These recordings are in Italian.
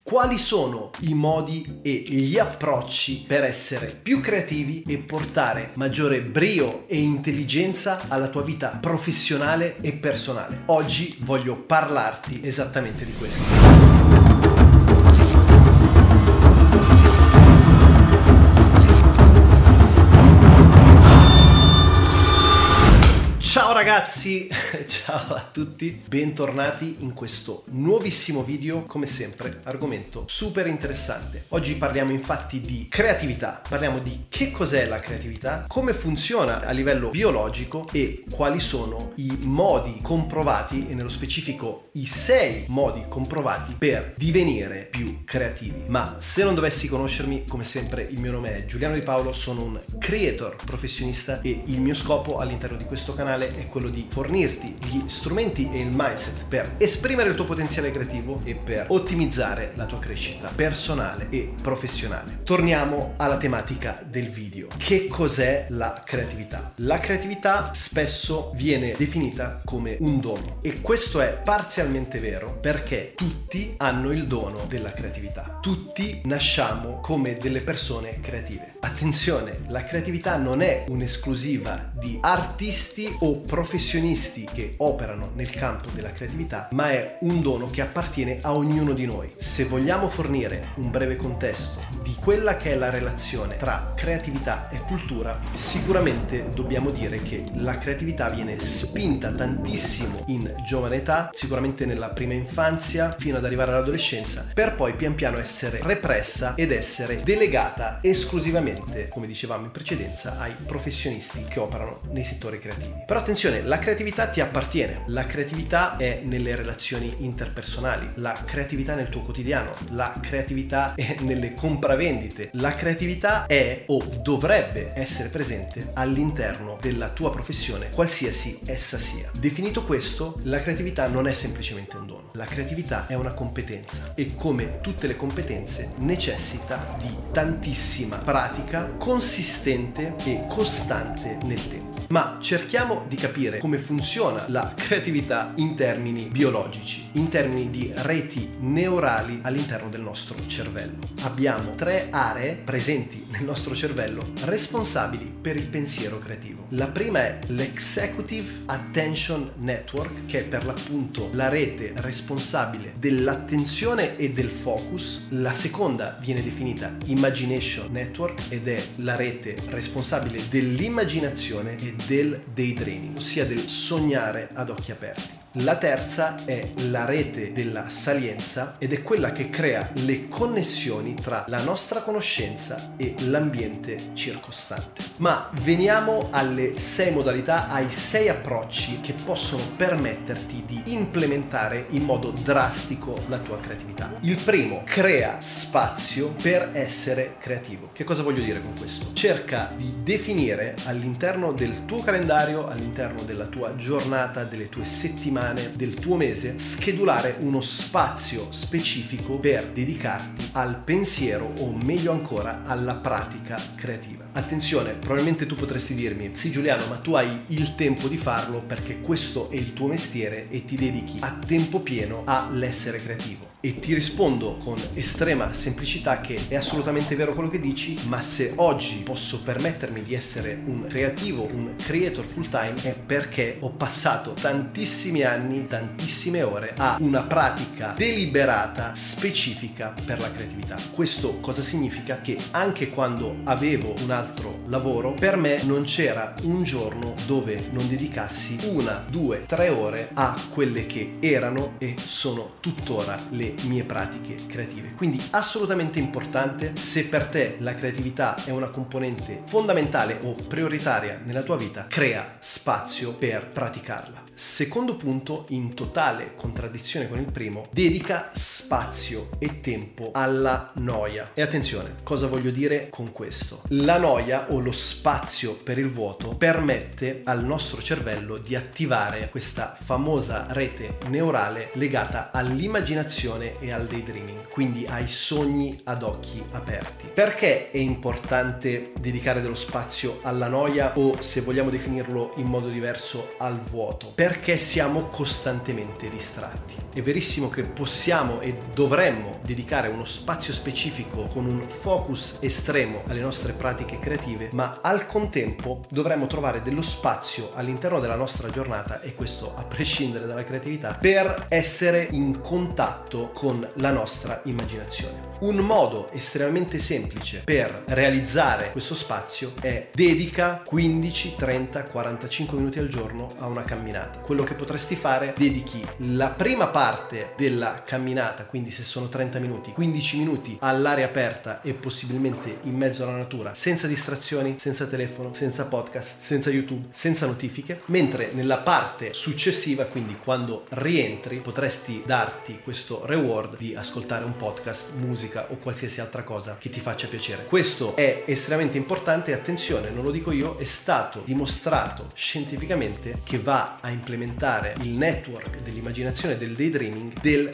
Quali sono i modi e gli approcci per essere più creativi e portare maggiore brio e intelligenza alla tua vita professionale e personale? Oggi voglio parlarti esattamente di questo. Ciao ragazzi, ciao a tutti, bentornati in questo nuovissimo video, come sempre, argomento super interessante. Oggi parliamo infatti di creatività, parliamo di che cos'è la creatività, come funziona a livello biologico e quali sono i modi comprovati e nello specifico i 6 modi comprovati per divenire più creativi. Ma se non dovessi conoscermi, come sempre il mio nome è Giuliano Di Paolo, sono un creator professionista e il mio scopo all'interno di questo canale è quello di fornirti gli strumenti e il mindset per esprimere il tuo potenziale creativo e per ottimizzare la tua crescita personale e professionale. Torniamo alla tematica del video. Che cos'è la creatività? La creatività spesso viene definita come un dono e questo è parzialmente vero perché tutti hanno il dono della creatività. Tutti nasciamo come delle persone creative. Attenzione, la creatività non è un'esclusiva di artisti o professionisti che operano nel campo della creatività, ma è un dono che appartiene a ognuno di noi. Se vogliamo fornire un breve contesto di quella che è la relazione tra creatività e cultura, sicuramente dobbiamo dire che la creatività viene spinta tantissimo in giovane età, sicuramente nella prima infanzia fino ad arrivare all'adolescenza, per poi pian piano essere repressa ed essere delegata esclusivamente, come dicevamo in precedenza, ai professionisti che operano nei settori creativi. Però attenzione, la creatività ti appartiene, la creatività è nelle relazioni interpersonali, la creatività nel tuo quotidiano, la creatività è nelle compravendite, la creatività è o dovrebbe essere presente all'interno della tua professione, qualsiasi essa sia. Definito questo, la creatività non è semplicemente un dono, la creatività è una competenza e come tutte le competenze necessita di tantissima pratica consistente e costante nel tempo. Ma cerchiamo di capire come funziona la creatività in termini biologici, in termini di reti neurali all'interno del nostro cervello. Abbiamo 3 aree presenti nel nostro cervello responsabili per il pensiero creativo. La prima è l'Executive Attention Network, che è per l'appunto la rete responsabile dell'attenzione e del focus. La seconda viene definita Imagination Network ed è la rete responsabile dell'immaginazione e del daydreaming, ossia del sognare ad occhi aperti. La terza è la rete della salienza ed è quella che crea le connessioni tra la nostra conoscenza e l'ambiente circostante. Ma veniamo alle 6 modalità, ai 6 approcci che possono permetterti di implementare in modo drastico la tua creatività. Il primo, crea spazio per essere creativo. Che cosa voglio dire con questo? Cerca di definire all'interno del tuo calendario, all'interno della tua giornata, delle tue settimane, del tuo mese, schedulare uno spazio specifico per dedicarti al pensiero o meglio ancora alla pratica creativa. Attenzione, probabilmente tu potresti dirmi: sì Giuliano, ma tu hai il tempo di farlo perché questo è il tuo mestiere e ti dedichi a tempo pieno all'essere creativo. E ti rispondo con estrema semplicità che è assolutamente vero quello che dici, ma se oggi posso permettermi di essere un creativo, un creator full time, è perché ho passato tantissimi anni, tantissime ore a una pratica deliberata, specifica per la creatività. Questo cosa significa? Che anche quando avevo un altro lavoro, per me non c'era un giorno dove non dedicassi 1, 2, 3 ore a quelle che erano e sono tuttora le mie pratiche creative. Quindi assolutamente importante, se per te la creatività è una componente fondamentale o prioritaria nella tua vita, crea spazio per praticarla. Secondo punto, in totale contraddizione con il primo, dedica spazio e tempo al alla noia. E attenzione, cosa voglio dire con questo? La noia o lo spazio per il vuoto permette al nostro cervello di attivare questa famosa rete neurale legata all'immaginazione e al daydreaming, quindi ai sogni ad occhi aperti. Perché è importante dedicare dello spazio alla noia o, se vogliamo definirlo in modo diverso, al vuoto? Perché siamo costantemente distratti. È verissimo che possiamo e dovremmo dedicare uno spazio specifico con un focus estremo alle nostre pratiche creative, ma al contempo dovremmo trovare dello spazio all'interno della nostra giornata, e questo a prescindere dalla creatività, per essere in contatto con la nostra immaginazione. Un modo estremamente semplice per realizzare questo spazio è: dedica 15, 30, 45 minuti al giorno a una camminata. Quello che potresti fare: dedichi la prima parte della camminata, quindi se sono 30 minuti, 15 minuti all'aria aperta e possibilmente in mezzo alla natura, senza distrazioni, senza telefono, senza podcast, senza YouTube, senza notifiche, mentre nella parte successiva, quindi quando rientri, potresti darti questo reward di ascoltare un podcast, musica o qualsiasi altra cosa che ti faccia piacere. Questo è estremamente importante e attenzione, non lo dico io, è stato dimostrato scientificamente che va a implementare il network dell'immaginazione e del daydreaming del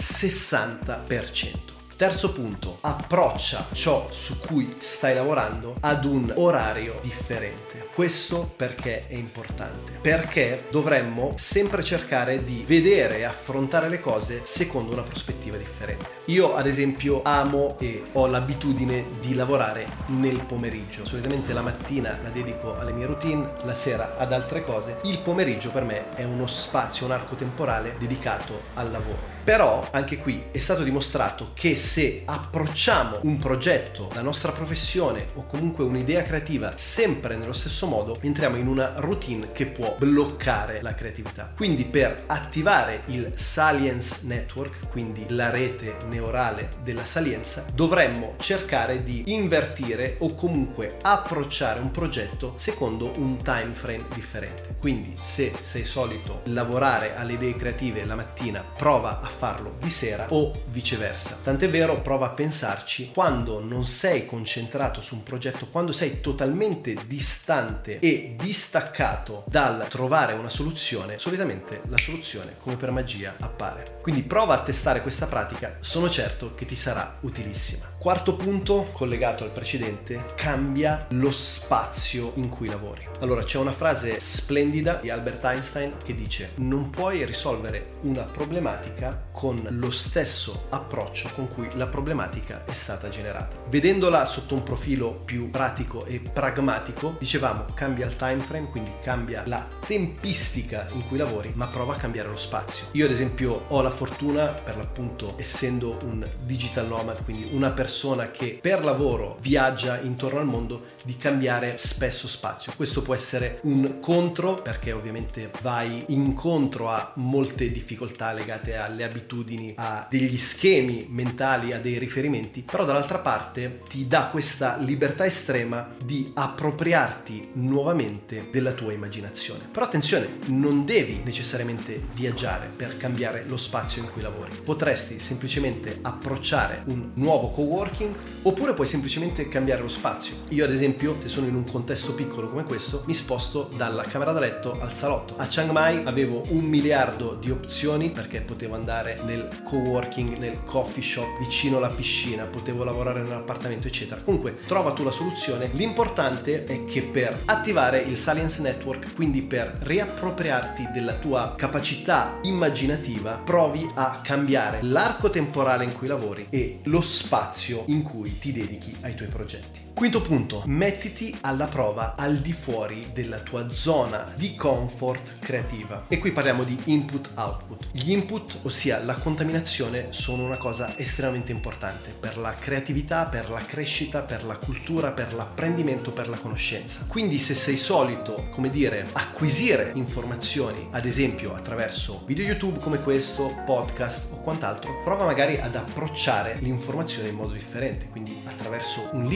60%. Terzo punto: approccia ciò su cui stai lavorando ad un orario differente. Questo perché è importante? Perché dovremmo sempre cercare di vedere e affrontare le cose secondo una prospettiva differente. Io ad esempio amo e ho l'abitudine di lavorare nel pomeriggio. Solitamente la mattina la dedico alle mie routine, la sera ad altre cose. Il pomeriggio per me è uno spazio, un arco temporale dedicato al lavoro. Però anche qui è stato dimostrato che se approcciamo un progetto, la nostra professione o comunque un'idea creativa sempre nello stesso modo, entriamo in una routine che può bloccare la creatività. Quindi per attivare il Salience Network, quindi la rete neurale della salienza, dovremmo cercare di invertire o comunque approcciare un progetto secondo un time frame differente. Quindi se sei solito lavorare alle idee creative la mattina, prova a farlo di sera o viceversa. Tant'è vero, prova a pensarci: quando non sei concentrato su un progetto, quando sei totalmente distante e distaccato dal trovare una soluzione, solitamente la soluzione come per magia appare. Quindi prova a testare questa pratica, sono certo che ti sarà utilissima. Quarto punto collegato al precedente: cambia lo spazio in cui lavori. Allora, c'è una frase splendida di Albert Einstein che dice: non puoi risolvere una problematica con lo stesso approccio con cui la problematica è stata generata. Vedendola sotto un profilo più pratico e pragmatico, dicevamo, cambia il time frame, quindi cambia la tempistica in cui lavori, ma prova a cambiare lo spazio. Io ad esempio ho la fortuna, per l'appunto essendo un digital nomad, quindi una persona che per lavoro viaggia intorno al mondo, di cambiare spesso spazio. Questo può essere un contro, perché ovviamente vai incontro a molte difficoltà legate alle abitudini, a degli schemi mentali, a dei riferimenti, però dall'altra parte ti dà questa libertà estrema di appropriarti nuovamente della tua immaginazione. Però attenzione, non devi necessariamente viaggiare per cambiare lo spazio in cui lavori. Potresti semplicemente approcciare un nuovo coworking, oppure puoi semplicemente cambiare lo spazio. Io ad esempio, se sono in un contesto piccolo come questo, mi sposto dalla camera da letto al salotto. A Chiang Mai avevo 1 miliardo di opzioni, perché potevo andare nel coworking, nel coffee shop vicino alla piscina, potevo lavorare nell'appartamento, eccetera. Comunque trova tu la soluzione. L'importante è che per attivare il Salience Network, quindi per riappropriarti della tua capacità immaginativa, provi a cambiare l'arco temporale in cui lavori e lo spazio in cui ti dedichi ai tuoi progetti. Quinto punto: mettiti alla prova al di fuori della tua zona di comfort creativa. E qui parliamo di input-output. Gli input, ossia la contaminazione, sono una cosa estremamente importante per la creatività, per la crescita, per la cultura, per l'apprendimento, per la conoscenza. Quindi se sei solito, acquisire informazioni, ad esempio attraverso video YouTube come questo, podcast o quant'altro, prova magari ad approcciare l'informazione in modo differente, quindi attraverso un libro, attraverso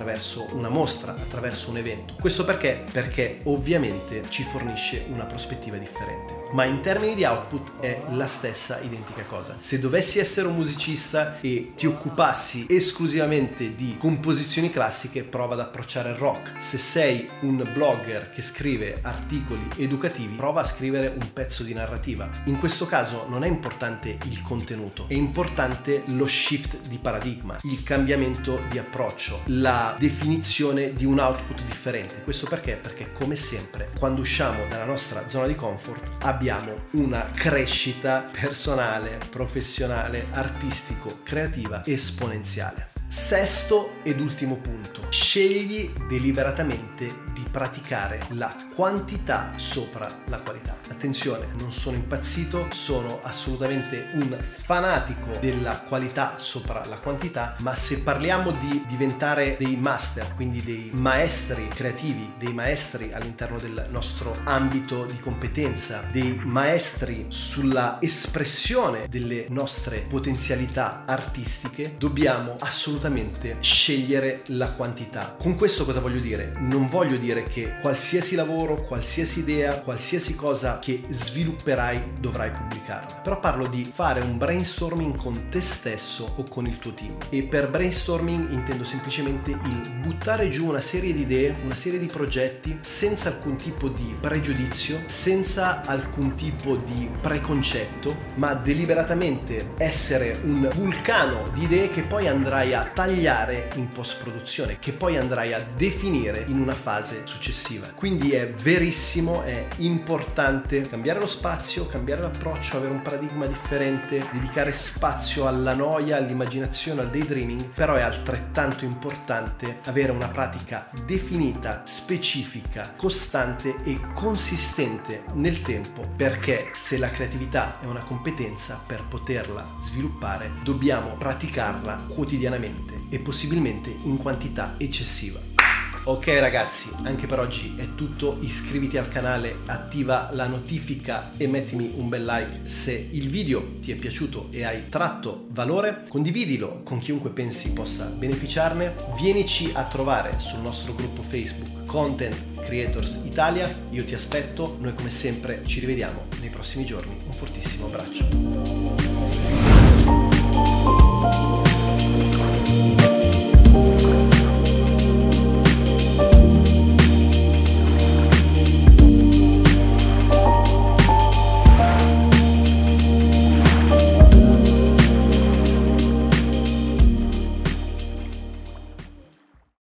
attraverso una mostra, attraverso un evento. Questo perché? Perché ovviamente ci fornisce una prospettiva differente. Ma in termini di output è la stessa identica cosa. Se dovessi essere un musicista e ti occupassi esclusivamente di composizioni classiche, prova ad approcciare il rock. Se sei un blogger che scrive articoli educativi, prova a scrivere un pezzo di narrativa. In questo caso non è importante il contenuto, è importante lo shift di paradigma, il cambiamento di approccio, la definizione di un output differente. Questo perché? Perché come sempre, quando usciamo dalla nostra zona di comfort, abbiamo una crescita personale, professionale, artistico, creativa esponenziale. Sesto ed ultimo punto: scegli deliberatamente di praticare la quantità sopra la qualità. Attenzione, non sono impazzito, sono assolutamente un fanatico della qualità sopra la quantità, ma se parliamo di diventare dei master, quindi dei maestri creativi, dei maestri all'interno del nostro ambito di competenza, dei maestri sulla espressione delle nostre potenzialità artistiche, dobbiamo assolutamente scegliere la quantità. Con questo cosa voglio dire? Non voglio dire che qualsiasi lavoro, qualsiasi idea, qualsiasi cosa che svilupperai dovrai pubblicarla, però parlo di fare un brainstorming con te stesso o con il tuo team. E per brainstorming intendo semplicemente il buttare giù una serie di idee, una serie di progetti senza alcun tipo di pregiudizio, senza alcun tipo di preconcetto, ma deliberatamente essere un vulcano di idee che poi andrai a tagliare in post-produzione, che poi andrai a definire in una fase successiva. Quindi è verissimo, è importante cambiare lo spazio, cambiare l'approccio, avere un paradigma differente, dedicare spazio alla noia, all'immaginazione, al daydreaming, però è altrettanto importante avere una pratica definita, specifica, costante e consistente nel tempo, perché se la creatività è una competenza, per poterla sviluppare dobbiamo praticarla quotidianamente e possibilmente in quantità eccessiva. Ok ragazzi, anche per oggi è tutto. Iscriviti al canale, attiva la notifica e mettimi un bel like se il video ti è piaciuto e hai tratto valore. Condividilo con chiunque pensi possa beneficiarne. Vienici a trovare sul nostro gruppo Facebook Content Creators Italia. Io ti aspetto, noi come sempre ci rivediamo nei prossimi giorni. Un fortissimo abbraccio.